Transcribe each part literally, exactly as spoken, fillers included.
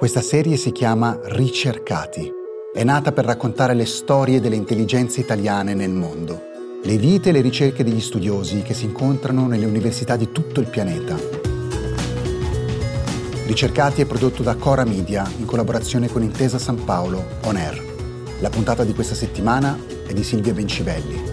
Questa serie si chiama Ricercati. È nata per raccontare le storie delle intelligenze italiane nel mondo, le vite e le ricerche degli studiosi che si incontrano nelle università di tutto il pianeta. Ricercati è prodotto da Cora Media in collaborazione con Intesa San Paolo On Air. La puntata di questa settimana è di Silvia Bencivelli.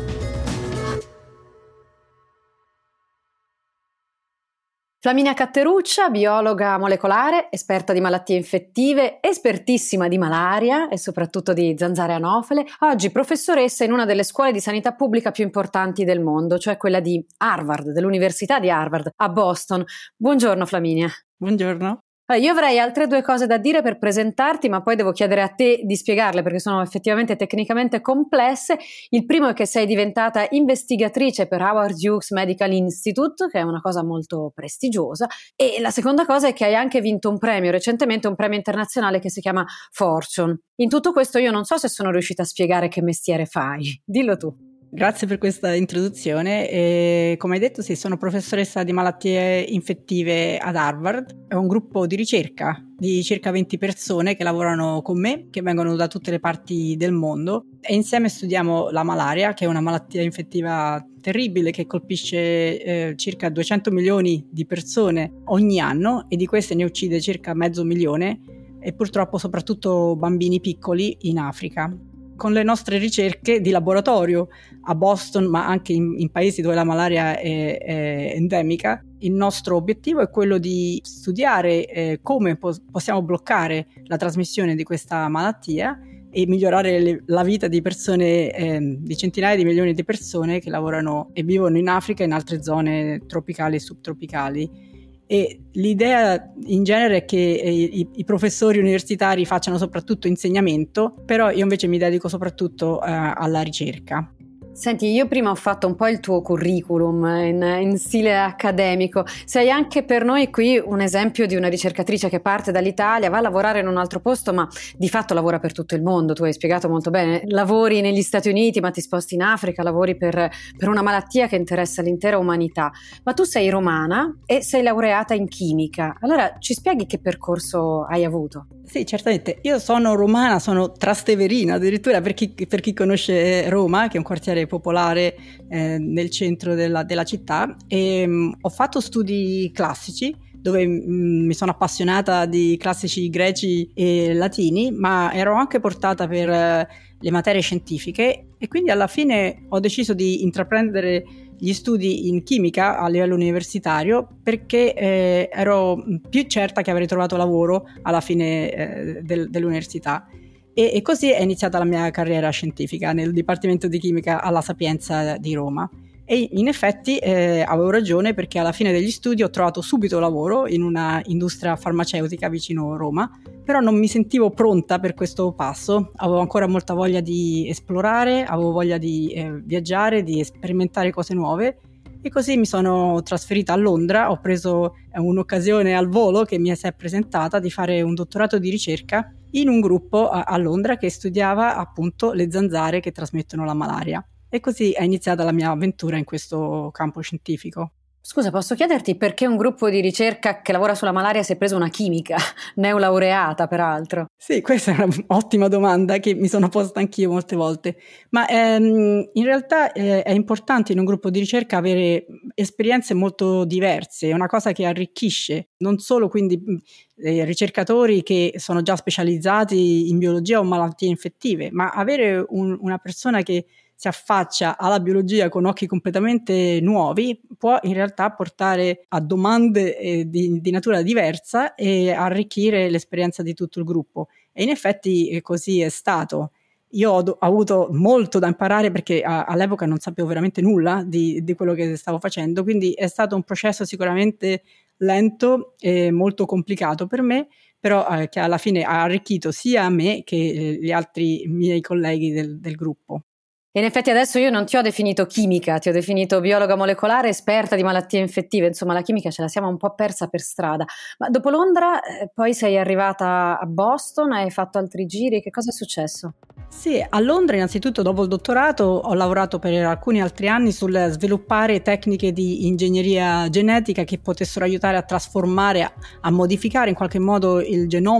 Flaminia Catteruccia, biologa molecolare, esperta di malattie infettive, espertissima di malaria e soprattutto di zanzare anofele, oggi professoressa in una delle scuole di sanità pubblica più importanti del mondo, cioè quella di Harvard, dell'Università di Harvard a Boston. Buongiorno Flaminia. Buongiorno. Allora, io avrei altre due cose da dire per presentarti, ma poi devo chiedere a te di spiegarle perché sono effettivamente tecnicamente complesse. Il primo è che sei diventata investigatrice per Howard Hughes Medical Institute, che è una cosa molto prestigiosa, e la seconda cosa è che hai anche vinto un premio, recentemente un premio internazionale che si chiama Fortune. In tutto questo io non so se sono riuscita a spiegare che mestiere fai. Dillo tu. Grazie per questa introduzione. E, come hai detto, sì, sono professoressa di malattie infettive ad Harvard. È un gruppo di ricerca di circa venti persone che lavorano con me, che vengono da tutte le parti del mondo, e insieme studiamo la malaria, che è una malattia infettiva terribile che colpisce eh, circa duecento milioni di persone ogni anno, e di queste ne uccide circa mezzo milione, e purtroppo soprattutto bambini piccoli in Africa. Con le nostre ricerche di laboratorio a Boston, ma anche in, in paesi dove la malaria è, è endemica, il nostro obiettivo è quello di studiare eh, come po- possiamo bloccare la trasmissione di questa malattia e migliorare le, la vita di persone, eh, di centinaia di milioni di persone che lavorano e vivono in Africa e in altre zone tropicali e subtropicali. E l'idea in genere è che i, i professori universitari facciano soprattutto insegnamento, però io invece mi dedico soprattutto eh, alla ricerca. Senti, io prima ho fatto un po' il tuo curriculum in, in stile accademico. Sei anche per noi qui un esempio di una ricercatrice che parte dall'Italia, va a lavorare in un altro posto, ma di fatto lavora per tutto il mondo. Tu hai spiegato molto bene. Lavori negli Stati Uniti, ma ti sposti in Africa, lavori per, per una malattia che interessa l'intera umanità. Ma tu sei romana e sei laureata in chimica. Allora ci spieghi che percorso hai avuto? Sì, certamente. Io sono romana, sono trasteverina addirittura, per chi, per chi conosce Roma, che è un quartiere popolare eh, nel centro della, della città, e mh, ho fatto studi classici dove mh, mi sono appassionata di classici greci e latini, ma ero anche portata per eh, le materie scientifiche, e quindi alla fine ho deciso di intraprendere gli studi in chimica a livello universitario perché eh, ero più certa che avrei trovato lavoro alla fine eh, del, dell'università. E, e così è iniziata la mia carriera scientifica nel Dipartimento di Chimica alla Sapienza di Roma. E in effetti eh, avevo ragione, perché alla fine degli studi ho trovato subito lavoro in una industria farmaceutica vicino Roma, però non mi sentivo pronta per questo passo. Avevo ancora molta voglia di esplorare, avevo voglia di eh, viaggiare, di sperimentare cose nuove, e così mi sono trasferita a Londra. Ho preso eh, un'occasione al volo che mi si è presentata di fare un dottorato di ricerca in un gruppo a, a Londra che studiava appunto le zanzare che trasmettono la malaria. E così è iniziata la mia avventura in questo campo scientifico. Scusa, posso chiederti perché un gruppo di ricerca che lavora sulla malaria si è preso una chimica, neolaureata peraltro? Sì, questa è un'ottima domanda che mi sono posta anch'io molte volte, ma ehm, in realtà eh, è importante in un gruppo di ricerca avere esperienze molto diverse, è una cosa che arricchisce, non solo quindi eh, ricercatori che sono già specializzati in biologia o malattie infettive, ma avere un, una persona che si affaccia alla biologia con occhi completamente nuovi può in realtà portare a domande eh, di, di natura diversa e arricchire l'esperienza di tutto il gruppo. E in effetti eh, così è stato. Io ho, do- ho avuto molto da imparare perché a- all'epoca non sapevo veramente nulla di, di quello che stavo facendo, quindi è stato un processo sicuramente lento e molto complicato per me, però eh, che alla fine ha arricchito sia me che eh, gli altri miei colleghi del, del gruppo. In effetti adesso io non ti ho definito chimica, ti ho definito biologa molecolare, esperta di malattie infettive, insomma la chimica ce la siamo un po' persa per strada. Ma dopo Londra eh, poi sei arrivata a Boston, hai fatto altri giri, che cosa è successo? Sì, a Londra innanzitutto dopo il dottorato ho lavorato per alcuni altri anni sul sviluppare tecniche di ingegneria genetica che potessero aiutare a trasformare, a, a modificare in qualche modo il genoma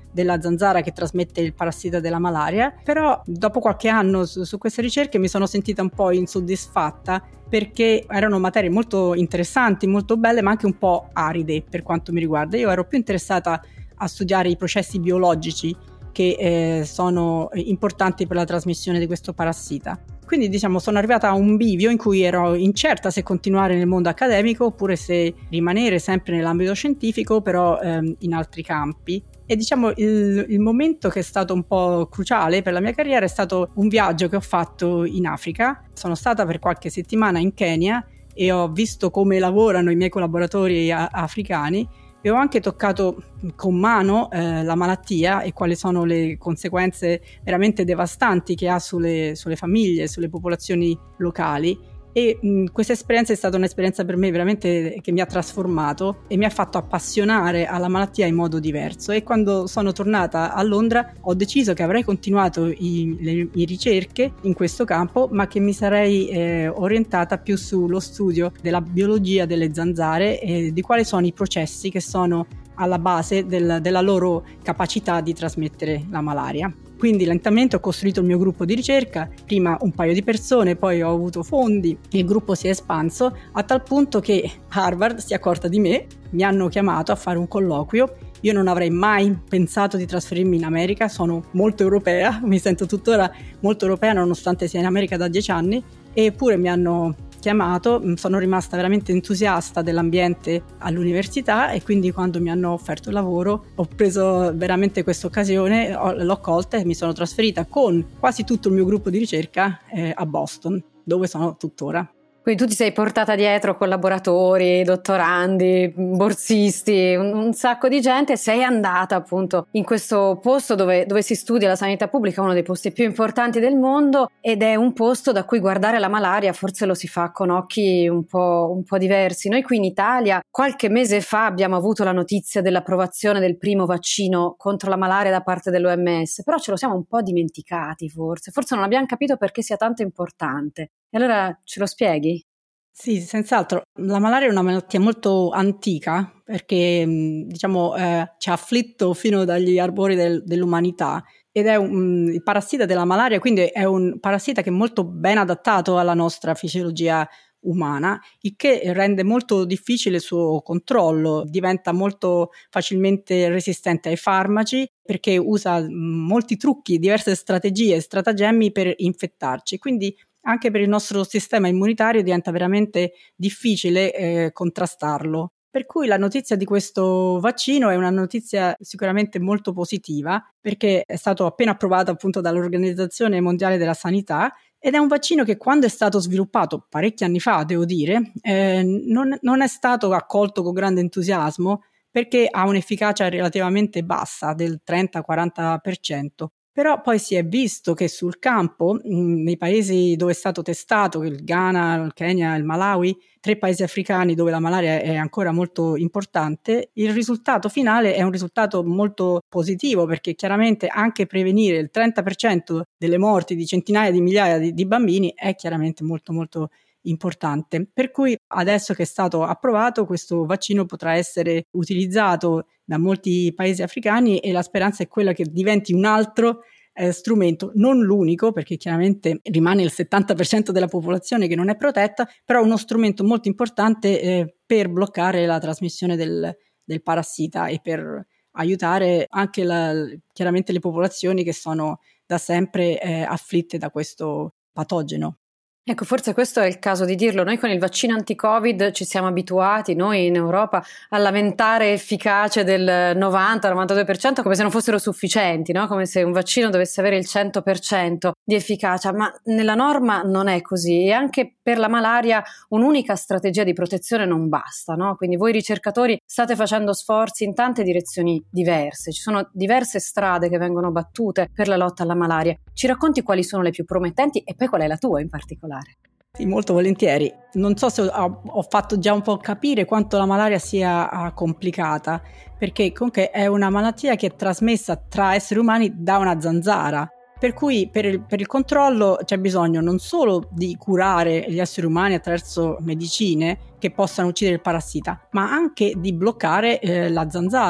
della zanzara che trasmette il parassita della malaria, però dopo qualche anno su, su queste ricerche mi sono sentita un po' insoddisfatta perché erano materie molto interessanti, molto belle, ma anche un po' aride per quanto mi riguarda. Io ero più interessata a studiare i processi biologici che eh, sono importanti per la trasmissione di questo parassita. Quindi diciamo sono arrivata a un bivio in cui ero incerta se continuare nel mondo accademico oppure se rimanere sempre nell'ambito scientifico, però ehm, in altri campi. E diciamo il, il momento che è stato un po' cruciale per la mia carriera è stato un viaggio che ho fatto in Africa. Sono stata per qualche settimana in Kenya e ho visto come lavorano i miei collaboratori a- africani e ho anche toccato con mano eh, la malattia e quali sono le conseguenze veramente devastanti che ha sulle, sulle famiglie, sulle popolazioni locali. E mh, questa esperienza è stata un'esperienza per me veramente che mi ha trasformato e mi ha fatto appassionare alla malattia in modo diverso. E quando sono tornata a Londra ho deciso che avrei continuato i, le mie ricerche in questo campo, ma che mi sarei eh, orientata più sullo studio della biologia delle zanzare e di quali sono i processi che sono alla base del, della loro capacità di trasmettere la malaria. Quindi lentamente ho costruito il mio gruppo di ricerca, prima un paio di persone, poi ho avuto fondi, il gruppo si è espanso a tal punto che Harvard si è accorta di me, mi hanno chiamato a fare un colloquio. Io non avrei mai pensato di trasferirmi in America, sono molto europea, mi sento tuttora molto europea nonostante sia in America da dieci anni, eppure mi hanno chiamato, sono rimasta veramente entusiasta dell'ambiente all'università e quindi quando mi hanno offerto il lavoro ho preso veramente questa occasione, l'ho colta e mi sono trasferita con quasi tutto il mio gruppo di ricerca eh, a Boston, dove sono tuttora. Quindi tu ti sei portata dietro collaboratori, dottorandi, borsisti, un, un sacco di gente e sei andata appunto in questo posto dove, dove si studia la sanità pubblica, uno dei posti più importanti del mondo, ed è un posto da cui guardare la malaria forse lo si fa con occhi un po', un po' diversi. Noi qui in Italia qualche mese fa abbiamo avuto la notizia dell'approvazione del primo vaccino contro la malaria da parte dell'O M S, però ce lo siamo un po' dimenticati forse, forse non abbiamo capito perché sia tanto importante. E allora ce lo spieghi? Sì, senz'altro. La malaria è una malattia molto antica perché diciamo eh, ci ha afflitto fino dagli arbori del, dell'umanità ed è un, il parassita della malaria, quindi è un parassita che è molto ben adattato alla nostra fisiologia umana, il che rende molto difficile il suo controllo, diventa molto facilmente resistente ai farmaci perché usa molti trucchi, diverse strategie e stratagemmi per infettarci, quindi anche per il nostro sistema immunitario diventa veramente difficile eh, contrastarlo. Per cui la notizia di questo vaccino è una notizia sicuramente molto positiva perché è stato appena approvato appunto dall'Organizzazione Mondiale della Sanità ed è un vaccino che quando è stato sviluppato parecchi anni fa, devo dire, eh, non, non è stato accolto con grande entusiasmo perché ha un'efficacia relativamente bassa del trenta quaranta per cento. Però poi si è visto che sul campo, mh, nei paesi dove è stato testato, il Ghana, il Kenya, il Malawi, tre paesi africani dove la malaria è ancora molto importante, il risultato finale è un risultato molto positivo perché chiaramente anche prevenire il trenta per cento delle morti di centinaia di migliaia di, di bambini è chiaramente molto molto importante. Per cui adesso che è stato approvato questo vaccino potrà essere utilizzato da molti paesi africani e la speranza è quella che diventi un altro eh, strumento, non l'unico perché chiaramente rimane il settanta per cento della popolazione che non è protetta, però uno strumento molto importante eh, per bloccare la trasmissione del, del parassita e per aiutare anche la, chiaramente le popolazioni che sono da sempre eh, afflitte da questo patogeno. Ecco, forse questo è il caso di dirlo. Noi con il vaccino anti-Covid ci siamo abituati, noi in Europa, a lamentare efficace del novanta novantadue per cento come se non fossero sufficienti, no? Come se un vaccino dovesse avere il cento per cento di efficacia, ma nella norma non è così e anche per la malaria un'unica strategia di protezione non basta, no? Quindi voi ricercatori state facendo sforzi in tante direzioni diverse, ci sono diverse strade che vengono battute per la lotta alla malaria. Ci racconti quali sono le più promettenti e poi qual è la tua in particolare? Sì, molto volentieri. Non so se ho, ho fatto già un po' capire quanto la malaria sia complicata, perché comunque è una malattia che è trasmessa tra esseri umani da una zanzara. Per cui per il, per il controllo c'è bisogno non solo di curare gli esseri umani attraverso medicine che possano uccidere il parassita, ma anche di bloccare eh, la zanzara.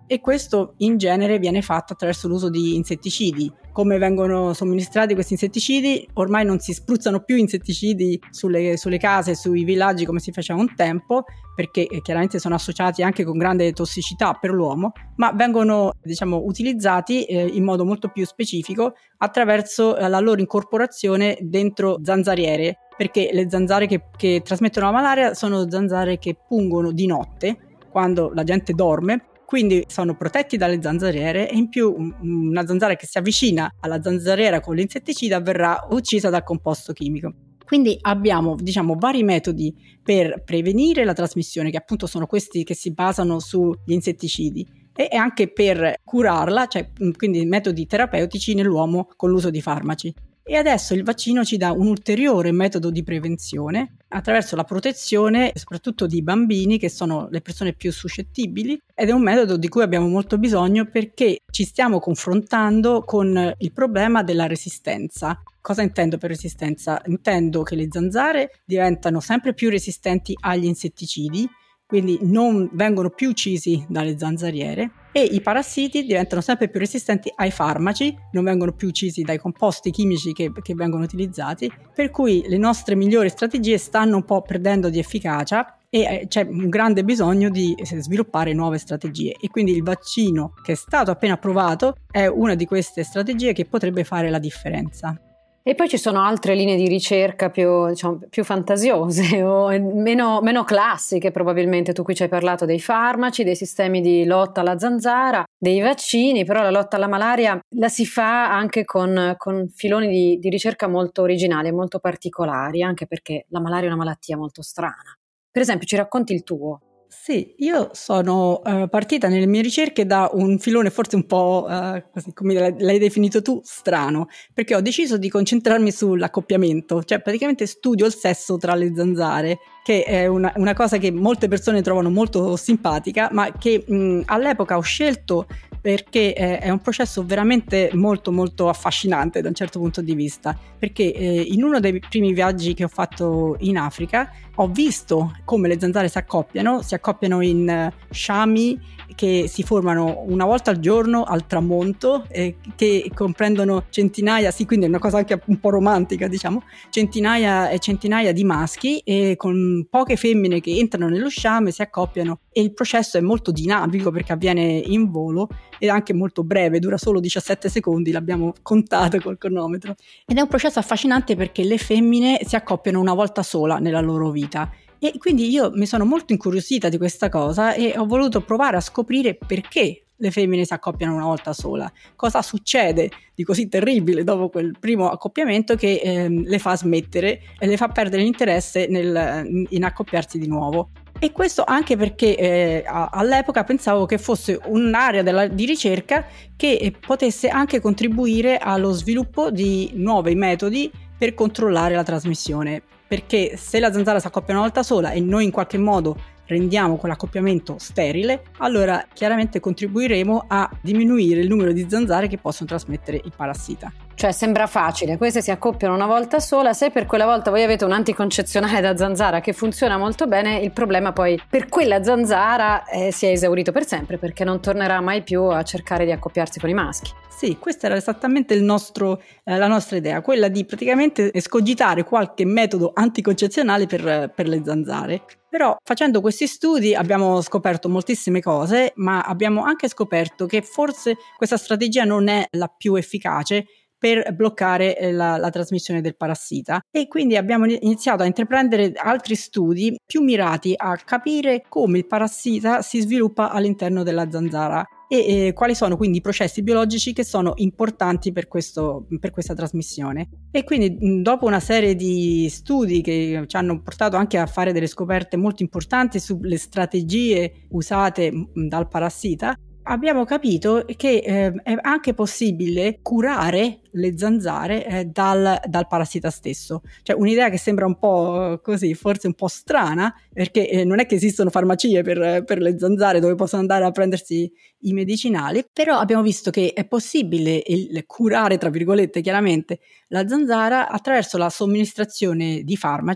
e questo in genere viene fatto attraverso l'uso di insetticidi. Come vengono somministrati questi insetticidi? Ormai non si spruzzano più insetticidi sulle, sulle case, sui villaggi come si faceva un tempo, perché eh, chiaramente sono associati anche con grande tossicità per l'uomo, ma vengono diciamo utilizzati eh, in modo molto più specifico attraverso eh, la loro incorporazione dentro zanzariere, perché le zanzare che, che trasmettono la malaria sono zanzare che pungono di notte, quando la gente dorme, quindi sono protetti dalle zanzariere e in più una zanzara che si avvicina alla zanzariera con l'insetticida verrà uccisa dal composto chimico. Quindi abbiamo, diciamo, vari metodi per prevenire la trasmissione, che appunto sono questi che si basano sugli insetticidi, e anche per curarla, cioè quindi metodi terapeutici nell'uomo con l'uso di farmaci. E adesso il vaccino ci dà un ulteriore metodo di prevenzione attraverso la protezione soprattutto di bambini, che sono le persone più suscettibili, ed è un metodo di cui abbiamo molto bisogno perché ci stiamo confrontando con il problema della resistenza. Cosa intendo per resistenza? Intendo che le zanzare diventano sempre più resistenti agli insetticidi, quindi non vengono più uccisi dalle zanzariere, e i parassiti diventano sempre più resistenti ai farmaci, non vengono più uccisi dai composti chimici che, che vengono utilizzati, per cui le nostre migliori strategie stanno un po' perdendo di efficacia e c'è un grande bisogno di sviluppare nuove strategie, e quindi il vaccino che è stato appena approvato è una di queste strategie che potrebbe fare la differenza. E poi ci sono altre linee di ricerca più, diciamo, più fantasiose o meno, meno classiche probabilmente. Tu qui ci hai parlato dei farmaci, dei sistemi di lotta alla zanzara, dei vaccini, però la lotta alla malaria la si fa anche con, con filoni di, di ricerca molto originali e molto particolari, anche perché la malaria è una malattia molto strana. Per esempio, ci racconti il tuo? Sì, io sono uh, partita nelle mie ricerche da un filone forse un po', uh, così come l'hai, l'hai definito tu, strano, perché ho deciso di concentrarmi sull'accoppiamento, cioè praticamente studio il sesso tra le zanzare, che è una, una cosa che molte persone trovano molto simpatica, ma che mh, all'epoca ho scelto perché eh, è un processo veramente molto molto affascinante da un certo punto di vista, perché eh, in uno dei primi viaggi che ho fatto in Africa ho visto come le zanzare si accoppiano, si accoppiano in uh, sciami che si formano una volta al giorno al tramonto, eh, che comprendono centinaia, sì, quindi è una cosa anche un po' romantica, diciamo, centinaia e centinaia di maschi, e con poche femmine che entrano nello sciame, si accoppiano, e il processo è molto dinamico perché avviene in volo ed è anche molto breve, dura solo diciassette secondi, l'abbiamo contato col cronometro, ed è un processo affascinante perché le femmine si accoppiano una volta sola nella loro vita. E quindi io mi sono molto incuriosita di questa cosa e ho voluto provare a scoprire perché le femmine si accoppiano una volta sola, cosa succede di così terribile dopo quel primo accoppiamento che eh, le fa smettere e le fa perdere l'interesse nel, in accoppiarsi di nuovo. E questo anche perché eh, all'epoca pensavo che fosse un'area della, di ricerca che eh, potesse anche contribuire allo sviluppo di nuovi metodi per controllare la trasmissione, perché se la zanzara si accoppia una volta sola e noi in qualche modo rendiamo quell'accoppiamento sterile, allora chiaramente contribuiremo a diminuire il numero di zanzare che possono trasmettere il parassita. Cioè sembra facile, queste si accoppiano una volta sola, se per quella volta voi avete un anticoncezionale da zanzara che funziona molto bene, il problema poi per quella zanzara eh, si è esaurito per sempre, perché non tornerà mai più a cercare di accoppiarsi con i maschi. Sì, questa era esattamente il nostro, eh, la nostra idea, quella di praticamente escogitare qualche metodo anticoncezionale per, per le zanzare. Però facendo questi studi abbiamo scoperto moltissime cose, ma abbiamo anche scoperto che forse questa strategia non è la più efficace per bloccare la, la trasmissione del parassita, e quindi abbiamo iniziato a intraprendere altri studi più mirati a capire come il parassita si sviluppa all'interno della zanzara e eh, quali sono quindi i processi biologici che sono importanti per, questo, per questa trasmissione. E quindi dopo una serie di studi che ci hanno portato anche a fare delle scoperte molto importanti sulle strategie usate dal parassita, abbiamo capito che eh, è anche possibile curare le zanzare eh, dal, dal parassita stesso. Cioè un'idea che sembra un po' così, forse un po' strana, perché eh, non è che esistono farmacie per, per le zanzare dove possono andare a prendersi i medicinali, però abbiamo visto che è possibile il curare, tra virgolette, chiaramente la zanzara attraverso la somministrazione di farmaci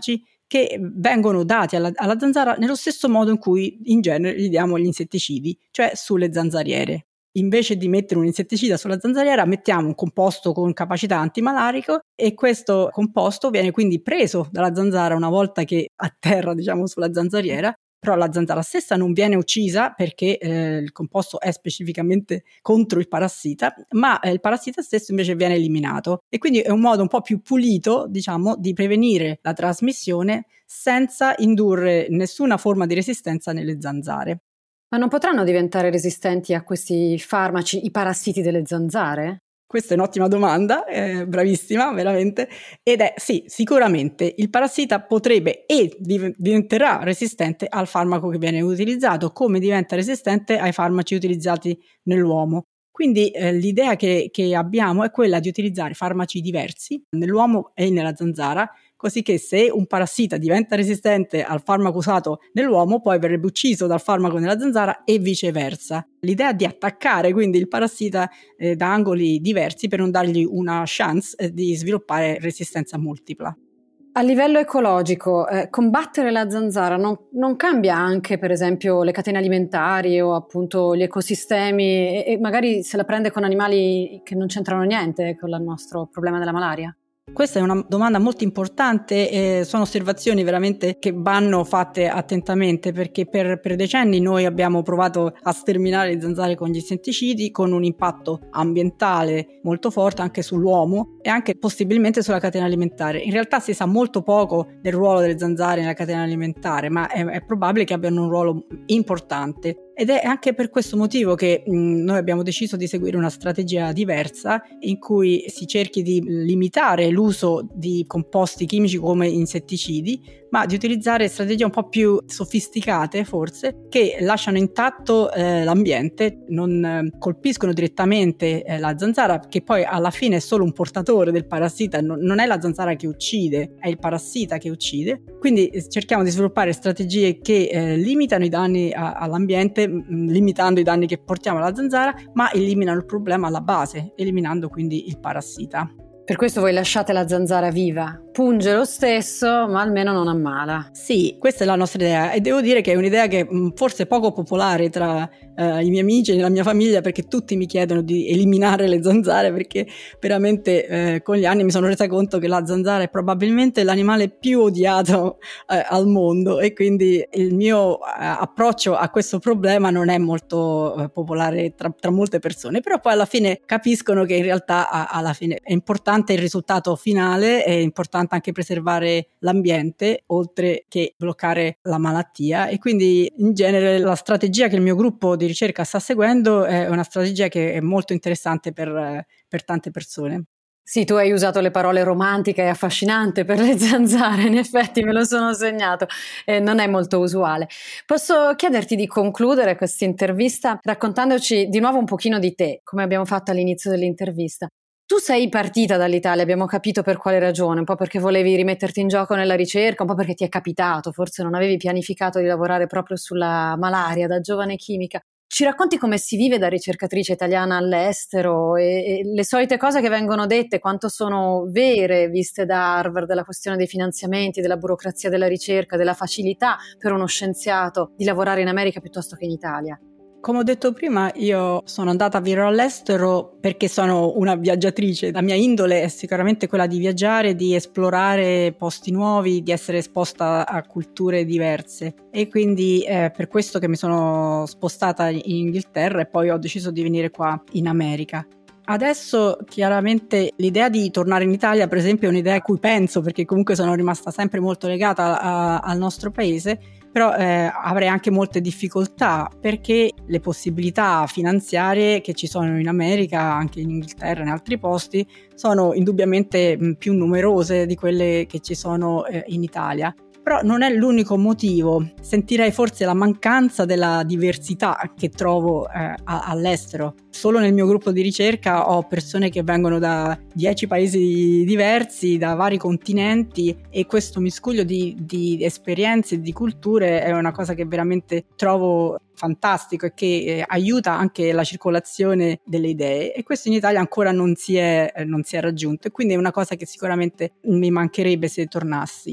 che vengono dati alla, alla zanzara nello stesso modo in cui in genere gli diamo gli insetticidi, cioè sulle zanzariere. Invece di mettere un insetticida sulla zanzariera mettiamo un composto con capacità antimalarico e questo composto viene quindi preso dalla zanzara una volta che atterra, diciamo, sulla zanzariera, però la zanzara stessa non viene uccisa perché eh, il composto è specificamente contro il parassita, ma eh, il parassita stesso invece viene eliminato e quindi è un modo un po' più pulito, diciamo, di prevenire la trasmissione senza indurre nessuna forma di resistenza nelle zanzare. Ma non potranno diventare resistenti a questi farmaci i parassiti delle zanzare? Questa è un'ottima domanda, eh, bravissima, veramente. Ed è sì, sicuramente il parassita potrebbe e div- diventerà resistente al farmaco che viene utilizzato, come diventa resistente ai farmaci utilizzati nell'uomo. Quindi eh, l'idea che, che abbiamo è quella di utilizzare farmaci diversi nell'uomo e nella zanzara, così che se un parassita diventa resistente al farmaco usato nell'uomo, poi verrebbe ucciso dal farmaco nella zanzara e viceversa. L'idea di attaccare quindi il parassita eh, da angoli diversi per non dargli una chance eh, di sviluppare resistenza multipla. A livello ecologico, eh, combattere la zanzara non, non cambia anche, per esempio, le catene alimentari o appunto gli ecosistemi e, e magari se la prende con animali che non c'entrano niente con il nostro problema della malaria? Questa è una domanda molto importante e sono osservazioni veramente che vanno fatte attentamente, perché per, per decenni noi abbiamo provato a sterminare le zanzare con gli insetticidi con un impatto ambientale molto forte anche sull'uomo e anche possibilmente sulla catena alimentare. In realtà si sa molto poco del ruolo delle zanzare nella catena alimentare, ma è, è probabile che abbiano un ruolo importante. Ed è anche per questo motivo che mh, noi abbiamo deciso di seguire una strategia diversa in cui si cerchi di limitare l'uso di composti chimici come insetticidi, ma di utilizzare strategie un po' più sofisticate forse, che lasciano intatto eh, l'ambiente, non eh, colpiscono direttamente eh, la zanzara, che poi alla fine è solo un portatore del parassita, non, non è la zanzara che uccide, è il parassita che uccide. Quindi eh, cerchiamo di sviluppare strategie che eh, limitano i danni a, all'ambiente, mh, limitando i danni che portiamo alla zanzara, ma eliminano il problema alla base, eliminando quindi il parassita. Per questo voi lasciate la zanzara viva, punge lo stesso, ma almeno non ammala. Sì, questa è la nostra idea e devo dire che è un'idea che mh, forse è poco popolare tra eh, i miei amici e la mia famiglia, perché tutti mi chiedono di eliminare le zanzare, perché veramente eh, con gli anni mi sono resa conto che la zanzara è probabilmente l'animale più odiato eh, al mondo e quindi il mio eh, approccio a questo problema non è molto eh, popolare tra, tra molte persone, però poi alla fine capiscono che in realtà a, alla fine è importante il risultato finale, è importante anche preservare l'ambiente oltre che bloccare la malattia e quindi in genere la strategia che il mio gruppo di ricerca sta seguendo è una strategia che è molto interessante per, per tante persone. Sì, tu hai usato le parole romantica e affascinante per le zanzare, in effetti me lo sono segnato, eh, non è molto usuale. Posso chiederti di concludere questa intervista raccontandoci di nuovo un pochino di te, come abbiamo fatto all'inizio dell'intervista. Tu sei partita dall'Italia, abbiamo capito per quale ragione, un po' perché volevi rimetterti in gioco nella ricerca, un po' perché ti è capitato, forse non avevi pianificato di lavorare proprio sulla malaria da giovane chimica. Ci racconti come si vive da ricercatrice italiana all'estero e, e le solite cose che vengono dette, quanto sono vere viste da Harvard, della questione dei finanziamenti, della burocrazia della ricerca, della facilità per uno scienziato di lavorare in America piuttosto che in Italia? Come ho detto prima, io sono andata a vivere all'estero perché sono una viaggiatrice. La mia indole è sicuramente quella di viaggiare, di esplorare posti nuovi, di essere esposta a culture diverse. E quindi è per questo che mi sono spostata in Inghilterra e poi ho deciso di venire qua in America. Adesso chiaramente l'idea di tornare in Italia, per esempio, è un'idea a cui penso perché comunque sono rimasta sempre molto legata a, al nostro paese, però eh, avrei anche molte difficoltà perché le possibilità finanziarie che ci sono in America, anche in Inghilterra e in altri posti, sono indubbiamente mh, più numerose di quelle che ci sono eh, in Italia. Però non è l'unico motivo, sentirei forse la mancanza della diversità che trovo eh, all'estero. Solo nel mio gruppo di ricerca ho persone che vengono da dieci paesi diversi, da vari continenti e questo miscuglio di, di esperienze e di culture è una cosa che veramente trovo fantastico e che eh, aiuta anche la circolazione delle idee e questo in Italia ancora non si è, eh, non si è raggiunto e quindi è una cosa che sicuramente mi mancherebbe se tornassi.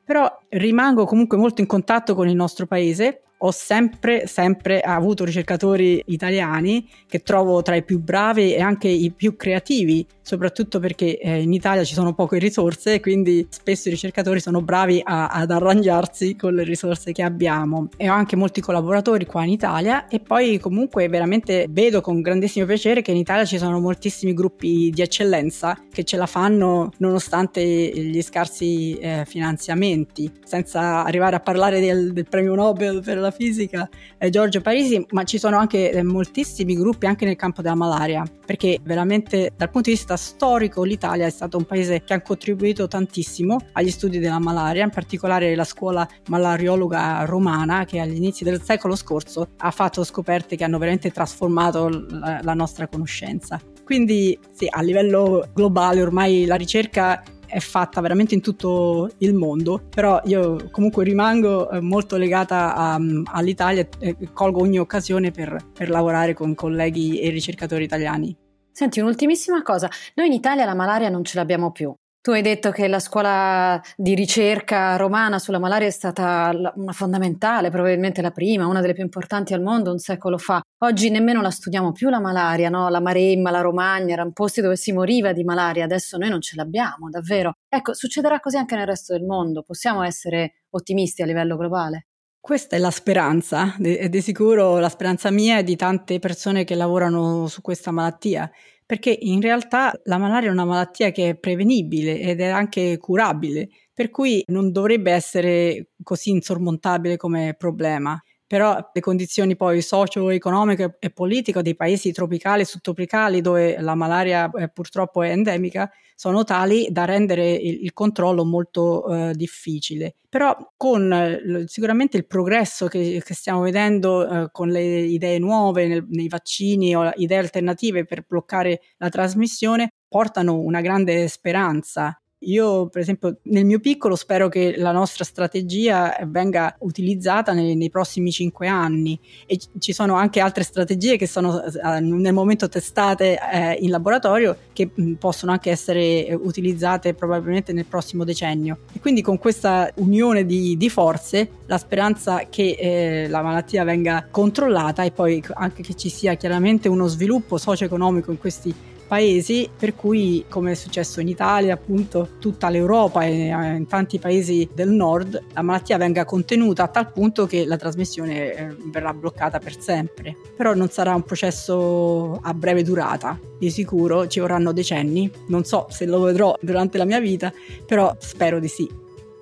però rimango comunque molto in contatto con il nostro paese. Ho sempre, sempre avuto ricercatori italiani che trovo tra i più bravi e anche i più creativi, soprattutto perché eh, in Italia ci sono poche risorse, quindi spesso i ricercatori sono bravi a, ad arrangiarsi con le risorse che abbiamo. E ho anche molti collaboratori qua in Italia, e poi comunque veramente vedo con grandissimo piacere che in Italia ci sono moltissimi gruppi di eccellenza che ce la fanno nonostante gli scarsi eh, finanziamenti, senza arrivare a parlare del, del premio Nobel per la la fisica eh, Giorgio Parisi, ma ci sono anche eh, moltissimi gruppi anche nel campo della malaria, perché veramente dal punto di vista storico l'Italia è stato un paese che ha contribuito tantissimo agli studi della malaria, in particolare la scuola malariologa romana, che agli inizi del secolo scorso ha fatto scoperte che hanno veramente trasformato la, la nostra conoscenza. Quindi sì, a livello globale ormai la ricerca è fatta veramente in tutto il mondo, però io comunque rimango molto legata a, all'Italia e colgo ogni occasione per, per lavorare con colleghi e ricercatori italiani. Senti, un'ultimissima cosa, noi in Italia la malaria non ce l'abbiamo più. Tu hai detto che la scuola di ricerca romana sulla malaria è stata una fondamentale, probabilmente la prima, una delle più importanti al mondo un secolo fa. Oggi nemmeno la studiamo più la malaria, no? La Maremma, la Romagna erano posti dove si moriva di malaria, adesso noi non ce l'abbiamo, davvero. Ecco, succederà così anche nel resto del mondo, possiamo essere ottimisti a livello globale? Questa è la speranza, e di sicuro la speranza mia e di tante persone che lavorano su questa malattia. Perché in realtà la malaria è una malattia che è prevenibile ed è anche curabile, per cui non dovrebbe essere così insormontabile come problema. Però le condizioni poi socio-economiche e politiche dei paesi tropicali e subtropicali dove la malaria eh, purtroppo è endemica sono tali da rendere il, il controllo molto eh, difficile. Però con eh, sicuramente il progresso che, che stiamo vedendo eh, con le idee nuove nel, nei vaccini o idee alternative per bloccare la trasmissione portano una grande speranza. Io per esempio nel mio piccolo spero che la nostra strategia venga utilizzata nei, nei prossimi cinque anni, e ci sono anche altre strategie che sono eh, nel momento testate eh, in laboratorio che mh, possono anche essere utilizzate probabilmente nel prossimo decennio, e quindi con questa unione di, di forze la speranza che eh, la malattia venga controllata e poi anche che ci sia chiaramente uno sviluppo socio-economico in questi paesi, per cui come è successo in Italia, appunto tutta l'Europa e in tanti paesi del nord, la malattia venga contenuta a tal punto che la trasmissione eh, verrà bloccata per sempre. Però non sarà un processo a breve durata, di sicuro ci vorranno decenni, non so se lo vedrò durante la mia vita, però spero di sì.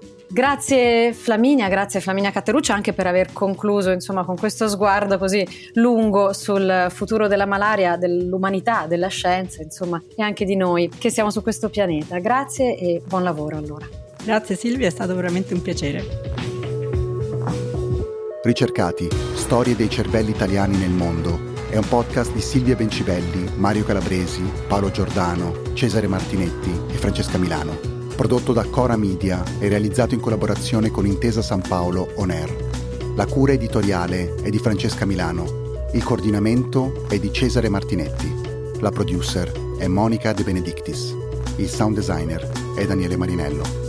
Grazie Flaminia, grazie Flaminia Cateruccia anche per aver concluso insomma con questo sguardo così lungo sul futuro della malaria, dell'umanità, della scienza, insomma, e anche di noi che siamo su questo pianeta. Grazie e buon lavoro allora. Grazie Silvia, è stato veramente un piacere. Ricercati, storie dei cervelli italiani nel mondo è un podcast di Silvia Bencivelli, Mario Calabresi, Paolo Giordano, Cesare Martinetti e Francesca Milano. Prodotto da Cora Media e realizzato in collaborazione con Intesa San Paolo On Air. La cura editoriale è di Francesca Milano, il coordinamento è di Cesare Martinetti, la producer è Monica De Benedictis, il sound designer è Daniele Marinello.